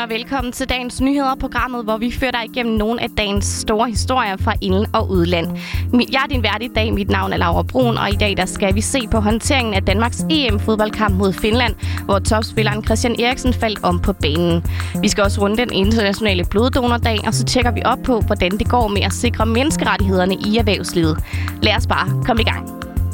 og velkommen til dagens nyheder, programmet, hvor vi fører dig igennem nogle af dagens store historier fra ind- og udland. Jeg er din vært i dag, mit navn er Laura Brun, og i dag der skal vi se på håndteringen af Danmarks EM-fodboldkamp mod Finland, hvor topspilleren Christian Eriksen faldt om på banen. Vi skal også runde den internationale bloddonordag, og så tjekker vi op på, hvordan det går med at sikre menneskerettighederne i erhvervslivet. Lad os bare komme i gang.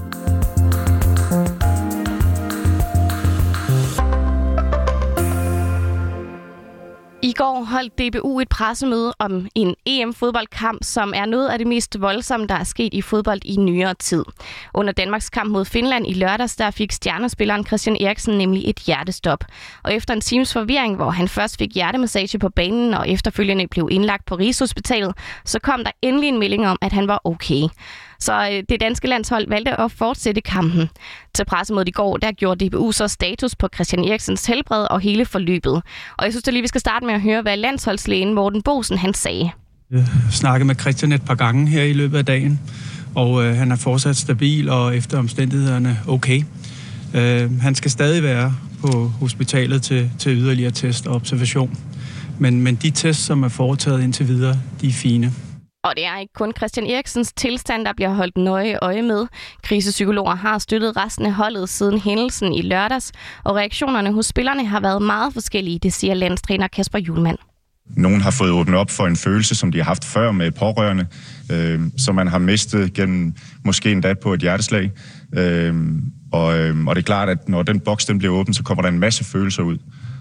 I går holdt DBU et pressemøde om en EM-fodboldkamp, som er noget af det mest voldsomme, der er sket i fodbold i nyere tid. Under Danmarks kamp mod Finland i lørdags, der fik stjernespilleren Christian Eriksen nemlig et hjertestop. Og efter en times forvirring, hvor han først fik hjertemassage på banen og efterfølgende blev indlagt på Rigshospitalet, så kom der endelig en melding om, at han var okay. Så det danske landshold valgte at fortsætte kampen. Til pressemødet i går, der gjorde DBU så status på Christian Eriksens helbred og hele forløbet. Og jeg synes, at lige vi skal starte med at høre, hvad landsholdslægen Morten Boesen han sagde. Jeg snakkede med Christian et par gange her i løbet af dagen, og han er fortsat stabil og efter omstændighederne okay. Han skal stadig være på hospitalet til yderligere test og observation. Men de tests, som er foretaget indtil videre, de er fine. Og det er ikke kun Christian Eriksens tilstand, der bliver holdt nøje øje med. Krisepsykologer har støttet resten af holdet siden hændelsen i lørdags, og reaktionerne hos spillerne har været meget forskellige, det siger landstræner Kasper Hjulmand. Nogen har fået åbnet op for en følelse, som de har haft før med pårørende, som man har mistet gennem måske endda på et hjerteslag. Og det er klart, at når den boks den bliver åbnet, så kommer der en masse følelser ud,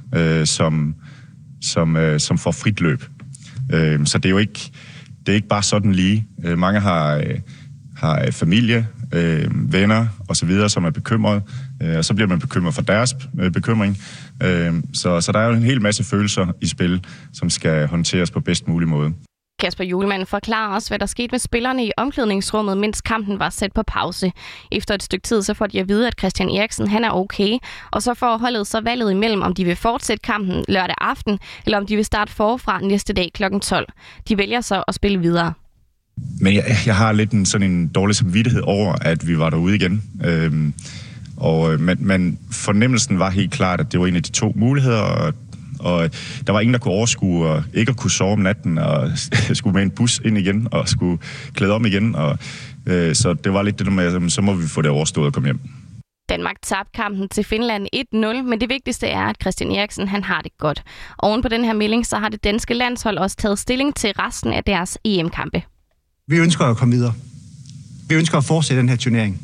som får frit løb. Så det er jo ikke... Det er ikke bare sådan lige. Mange har familie, venner osv., som er bekymrede, og så bliver man bekymret for deres bekymring. Så der er jo en hel masse følelser i spil, som skal håndteres på bedst mulig måde. Kasper Hjulmand forklarer også, hvad der skete med spillerne i omklædningsrummet, mens kampen var sat på pause. Efter et stykke tid, så får de at vide, at Christian Eriksen han er okay, og så får holdet så valget imellem, om de vil fortsætte kampen lørdag aften, eller om de vil starte forfra næste dag kl. 12. De vælger så at spille videre. Men jeg har lidt sådan en dårlig samvittighed over, at vi var derude igen. Men fornemmelsen var helt klart, at det var en af de to muligheder, og der var ingen, der kunne overskue og ikke at kunne sove om natten og skulle med en bus ind igen og skulle klæde om igen. Så det var lidt det der med, at så må vi få det overstået og komme hjem. Danmark tabte kampen til Finland 1-0, men det vigtigste er, at Christian Eriksen han har det godt. Oven på den her melding, så har det danske landshold også taget stilling til resten af deres EM-kampe. Vi ønsker at komme videre. Vi ønsker at fortsætte den her turnering.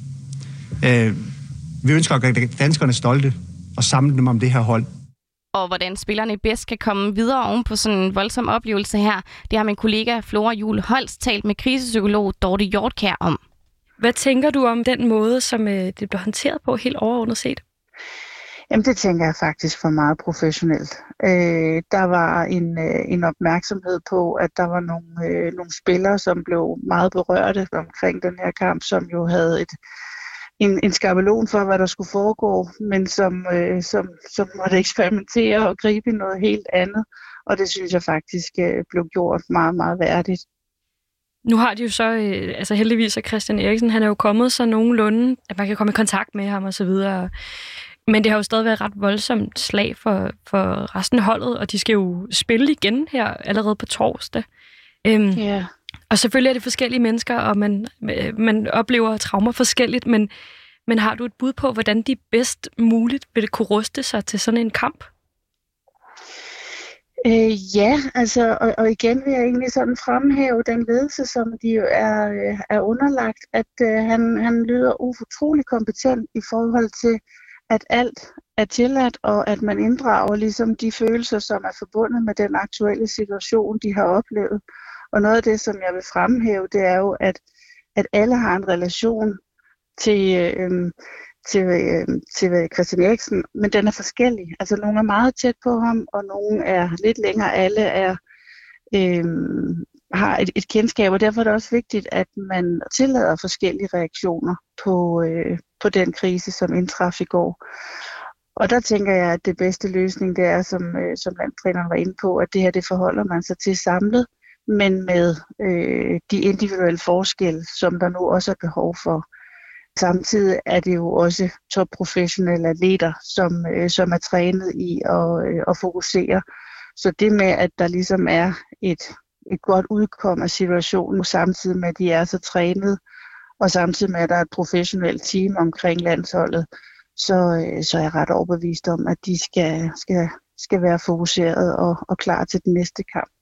Vi ønsker at gøre danskerne stolte og samle dem om det her hold. Og hvordan spillerne bedst kan komme videre oven på sådan en voldsom oplevelse her, det har min kollega Flora Juhl Holst talt med krisepsykolog Dorte Hjortkjær om. Hvad tænker du om den måde, som det blev håndteret på helt overordnet set? Jamen det tænker jeg faktisk for meget professionelt. Der var en opmærksomhed på, at der var nogle spillere, som blev meget berørte omkring den her kamp, som jo havde en skabelon for, hvad der skulle foregå, men som måtte eksperimentere og gribe i noget helt andet. Og det synes jeg faktisk blev gjort meget, meget værdigt. Nu har de jo så, heldigvis er Christian Eriksen, han er jo kommet så nogenlunde, at man kan komme i kontakt med ham og så videre. Men det har jo stadig været et ret voldsomt slag for resten af holdet, og de skal jo spille igen her allerede på torsdag. Yeah. Og selvfølgelig er det forskellige mennesker, og man oplever traumer forskelligt, men har du et bud på, hvordan de bedst muligt vil kunne ruste sig til sådan en kamp? Ja, altså, og igen vil jeg egentlig sådan fremhæve den ledelse, som de jo er underlagt, at han lyder utrolig kompetent i forhold til, at alt er tilladt, og at man inddrager ligesom de følelser, som er forbundet med den aktuelle situation, de har oplevet. Og noget af det, som jeg vil fremhæve, det er jo, at alle har en relation til Christian Eriksen, men den er forskellig. Altså nogle er meget tæt på ham, og nogle er lidt længere. Alle har et kendskab, og derfor er det også vigtigt, at man tillader forskellige reaktioner på den krise, som indtraf i går. Og der tænker jeg, at det bedste løsning, det er, som landstræneren var inde på, at det her, det forholder man sig til samlet, men med de individuelle forskelle, som der nu også er behov for. Samtidig er det jo også topprofessionelle atleter, som er trænet i at fokusere. Så det med, at der ligesom er et godt udkom af situationen, samtidig med, at de er så trænet, og samtidig med, at der er et professionelt team omkring landsholdet, så er jeg ret overbevist om, at de skal være fokuseret og klar til den næste kamp.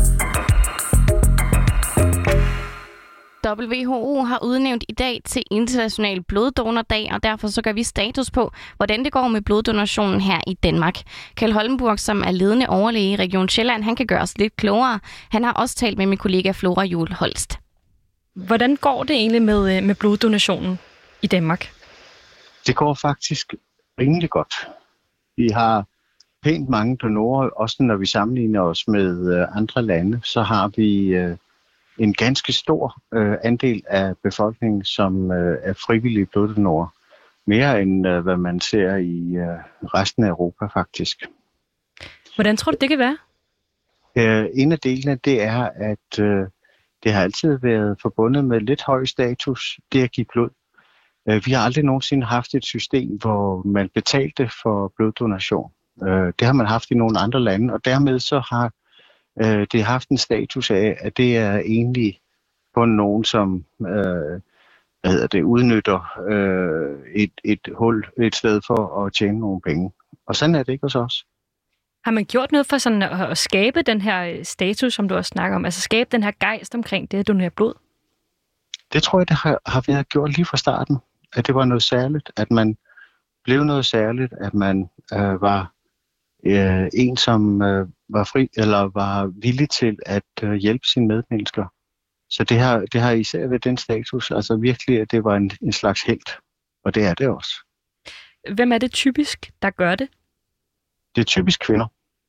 WHO har udnævnt i dag til International Bloddonordag, og derfor så gør vi status på, hvordan det går med bloddonationen her i Danmark. Kjeld Holmburg, som er ledende overlæge i Region Sjælland, han kan gøre os lidt klogere. Han har også talt med min kollega Flora Juhl Holst. Hvordan går det egentlig med bloddonationen i Danmark? Det går faktisk rimelig godt. Vi har pænt mange donorer, også når vi sammenligner os med andre lande, så har vi en ganske stor andel af befolkningen, som er frivillige bloddonorer. Mere end hvad man ser i resten af Europa faktisk. Hvordan tror du, det kan være? En af delene, det er, at det har altid været forbundet med lidt høj status, det at give blod. Vi har aldrig nogensinde haft et system, hvor man betalte for bloddonation. Det har man haft i nogle andre lande, og dermed så har det har haft en status af, at det er egentlig på nogen, som udnytter et hul et sted for at tjene nogle penge. Og sådan er det ikke hos os. Har man gjort noget for sådan at skabe den her status, som du også snakker om? Altså skabe den her gejst omkring det at donere blod? Det tror jeg, det har været gjort lige fra starten. At det var noget særligt. At man blev noget særligt. At man var en, som var fri eller var villig til at hjælpe sine medmennesker. Så det har især ved den status. Altså virkelig, at det var en slags helt. Og det er det også. Hvem er det typisk, der gør det? Det er typisk kvinder.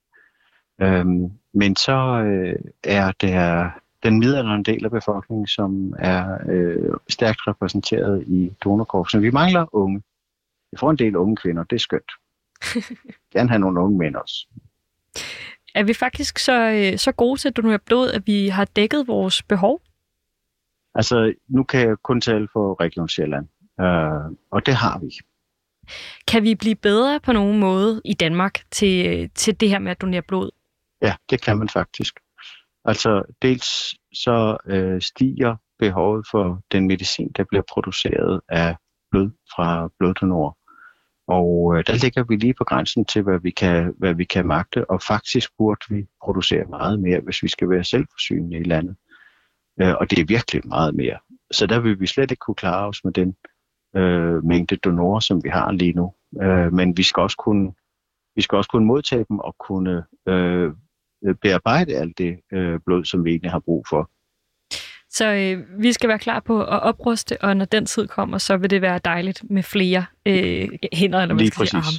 Men så er der den midaldrende del af befolkningen, som er stærkt repræsenteret i donorkorpsen. Vi mangler unge. Vi får en del unge kvinder, det er skønt. Gerne have nogle unge mænd også. Er vi faktisk så gode til at donere blod, at vi har dækket vores behov? Altså, nu kan jeg kun tale for Region Sjælland, og det har vi. Kan vi blive bedre på nogen måde i Danmark til det her med at donere blod? Ja, det kan man faktisk. Altså, dels så stiger behovet for den medicin, der bliver produceret af blod fra bloddonorer. Og der ligger vi lige på grænsen til, hvad vi kan magte, og faktisk burde vi producere meget mere, hvis vi skal være selvforsynende i landet. Og det er virkelig meget mere. Så der vil vi slet ikke kunne klare os med den mængde donorer, som vi har lige nu. Men vi skal også kunne modtage dem og kunne bearbejde alt det blod, som vi egentlig har brug for. Så vi skal være klar på at opruste, og når den tid kommer, så vil det være dejligt med flere hænder, eller man skal sige arme.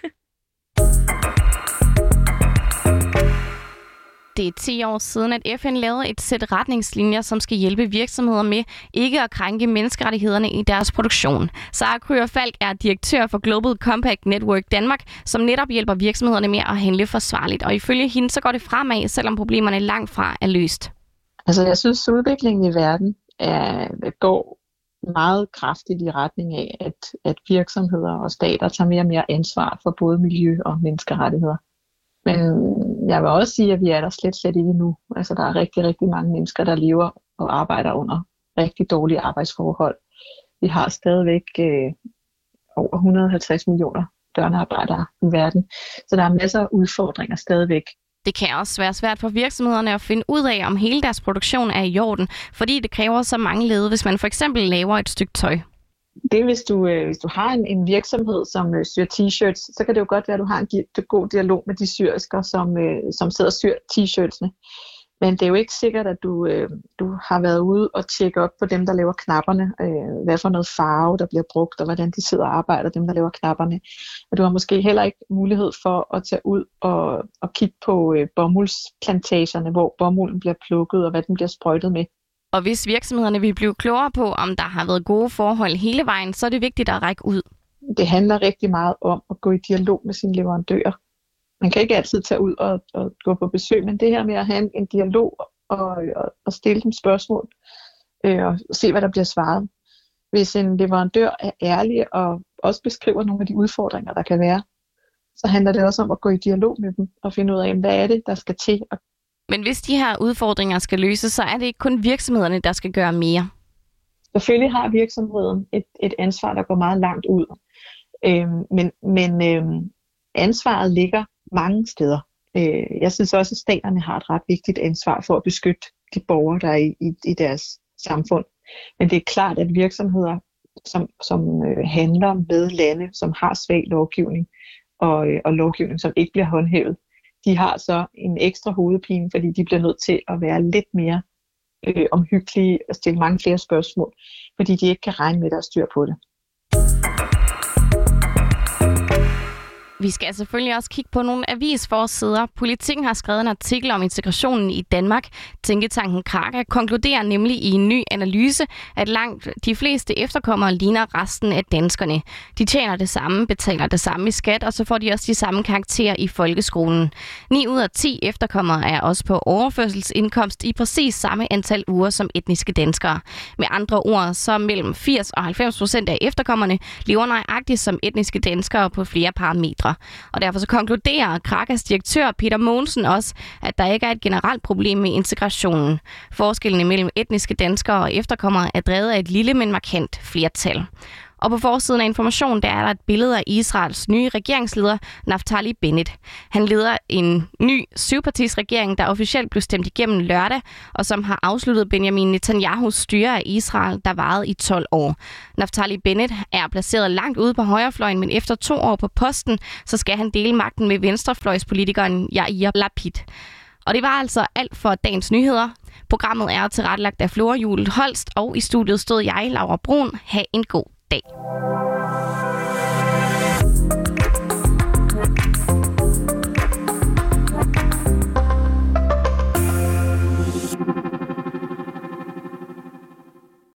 Det er 10 år siden, at FN lavede et sæt retningslinjer, som skal hjælpe virksomheder med ikke at krænke menneskerettighederne i deres produktion. Sara Kryger Falk er direktør for Global Compact Network Danmark, som netop hjælper virksomhederne med at handle forsvarligt. Og ifølge hende, så går det fremad, selvom problemerne langt fra er løst. Altså, jeg synes, udviklingen i verden går meget kraftigt i retning af, at virksomheder og stater tager mere og mere ansvar for både miljø og menneskerettigheder. Men jeg vil også sige, at vi er der slet ikke nu. Altså, der er rigtig, rigtig mange mennesker, der lever og arbejder under rigtig dårlige arbejdsforhold. Vi har stadigvæk over 150 millioner børnearbejdere i verden. Så der er masser af udfordringer stadigvæk. Det kan også være svært for virksomhederne at finde ud af, om hele deres produktion er i orden, fordi det kræver så mange led, hvis man for eksempel laver et stykke tøj. Det er, hvis du har en virksomhed, som syr t-shirts, så kan det jo godt være, at du har en god dialog med de syrsker, som sidder og syr t-shirtsene. Men det er jo ikke sikkert, at du har været ude og tjekke op på dem, der laver knapperne. Hvad for noget farve, der bliver brugt, og hvordan de sidder og arbejder, dem, der laver knapperne. Og du har måske heller ikke mulighed for at tage ud og kigge på bomuldsplantagerne, hvor bomulden bliver plukket, og hvad den bliver sprøjtet med. Og hvis virksomhederne vil blive klogere på, om der har været gode forhold hele vejen, så er det vigtigt at række ud. Det handler rigtig meget om at gå i dialog med sine leverandører. Man kan ikke altid tage ud og gå på besøg, men det her med at have en dialog og stille dem spørgsmål og se, hvad der bliver svaret. Hvis en leverandør er ærlig og også beskriver nogle af de udfordringer, der kan være, så handler det også om at gå i dialog med dem og finde ud af, hvad er det, der skal til. Men hvis de her udfordringer skal løses, så er det ikke kun virksomhederne, der skal gøre mere. Selvfølgelig har virksomheden et ansvar, der går meget langt ud. Men ansvaret ligger mange steder. Jeg synes også, at staterne har et ret vigtigt ansvar for at beskytte de borgere, der er i deres samfund. Men det er klart, at virksomheder, som handler med lande, som har svag lovgivning og lovgivning, som ikke bliver håndhævet, de har så en ekstra hovedpine, fordi de bliver nødt til at være lidt mere omhyggelige og stille mange flere spørgsmål, fordi de ikke kan regne med, at der er styr på det. Vi skal selvfølgelig også kigge på nogle avisforsider. Politikken har skrevet en artikel om integrationen i Danmark. Tænketanken Kraka konkluderer nemlig i en ny analyse, at langt de fleste efterkommere ligner resten af danskerne. De tjener det samme, betaler det samme i skat, og så får de også de samme karakterer i folkeskolen. 9 ud af 10 efterkommere er også på overførselsindkomst i præcis samme antal uger som etniske danskere. Med andre ord, så mellem 80% og 90% af efterkommerne lever nøjagtigt som etniske danskere på flere parametre. Og derfor så konkluderer Krakas direktør Peter Mogensen også, at der ikke er et generelt problem med integrationen. Forskellen mellem etniske danskere og efterkommere er drevet af et lille, men markant flertal. Og på forsiden af Information, der er der et billede af Israels nye regeringsleder, Naftali Bennett. Han leder en ny 7-partis-regering, der officielt blev stemt igennem lørdag, og som har afsluttet Benjamin Netanyahus styre af Israel, der varede i 12 år. Naftali Bennett er placeret langt ude på højrefløjen, men efter 2 år på posten, så skal han dele magten med venstrefløjspolitikeren Yair Lapid. Og det var altså alt for dagens nyheder. Programmet er tilrettelagt af Flora Juel Holst, og i studiet stod jeg, Laura Brun. Ha' en god dag.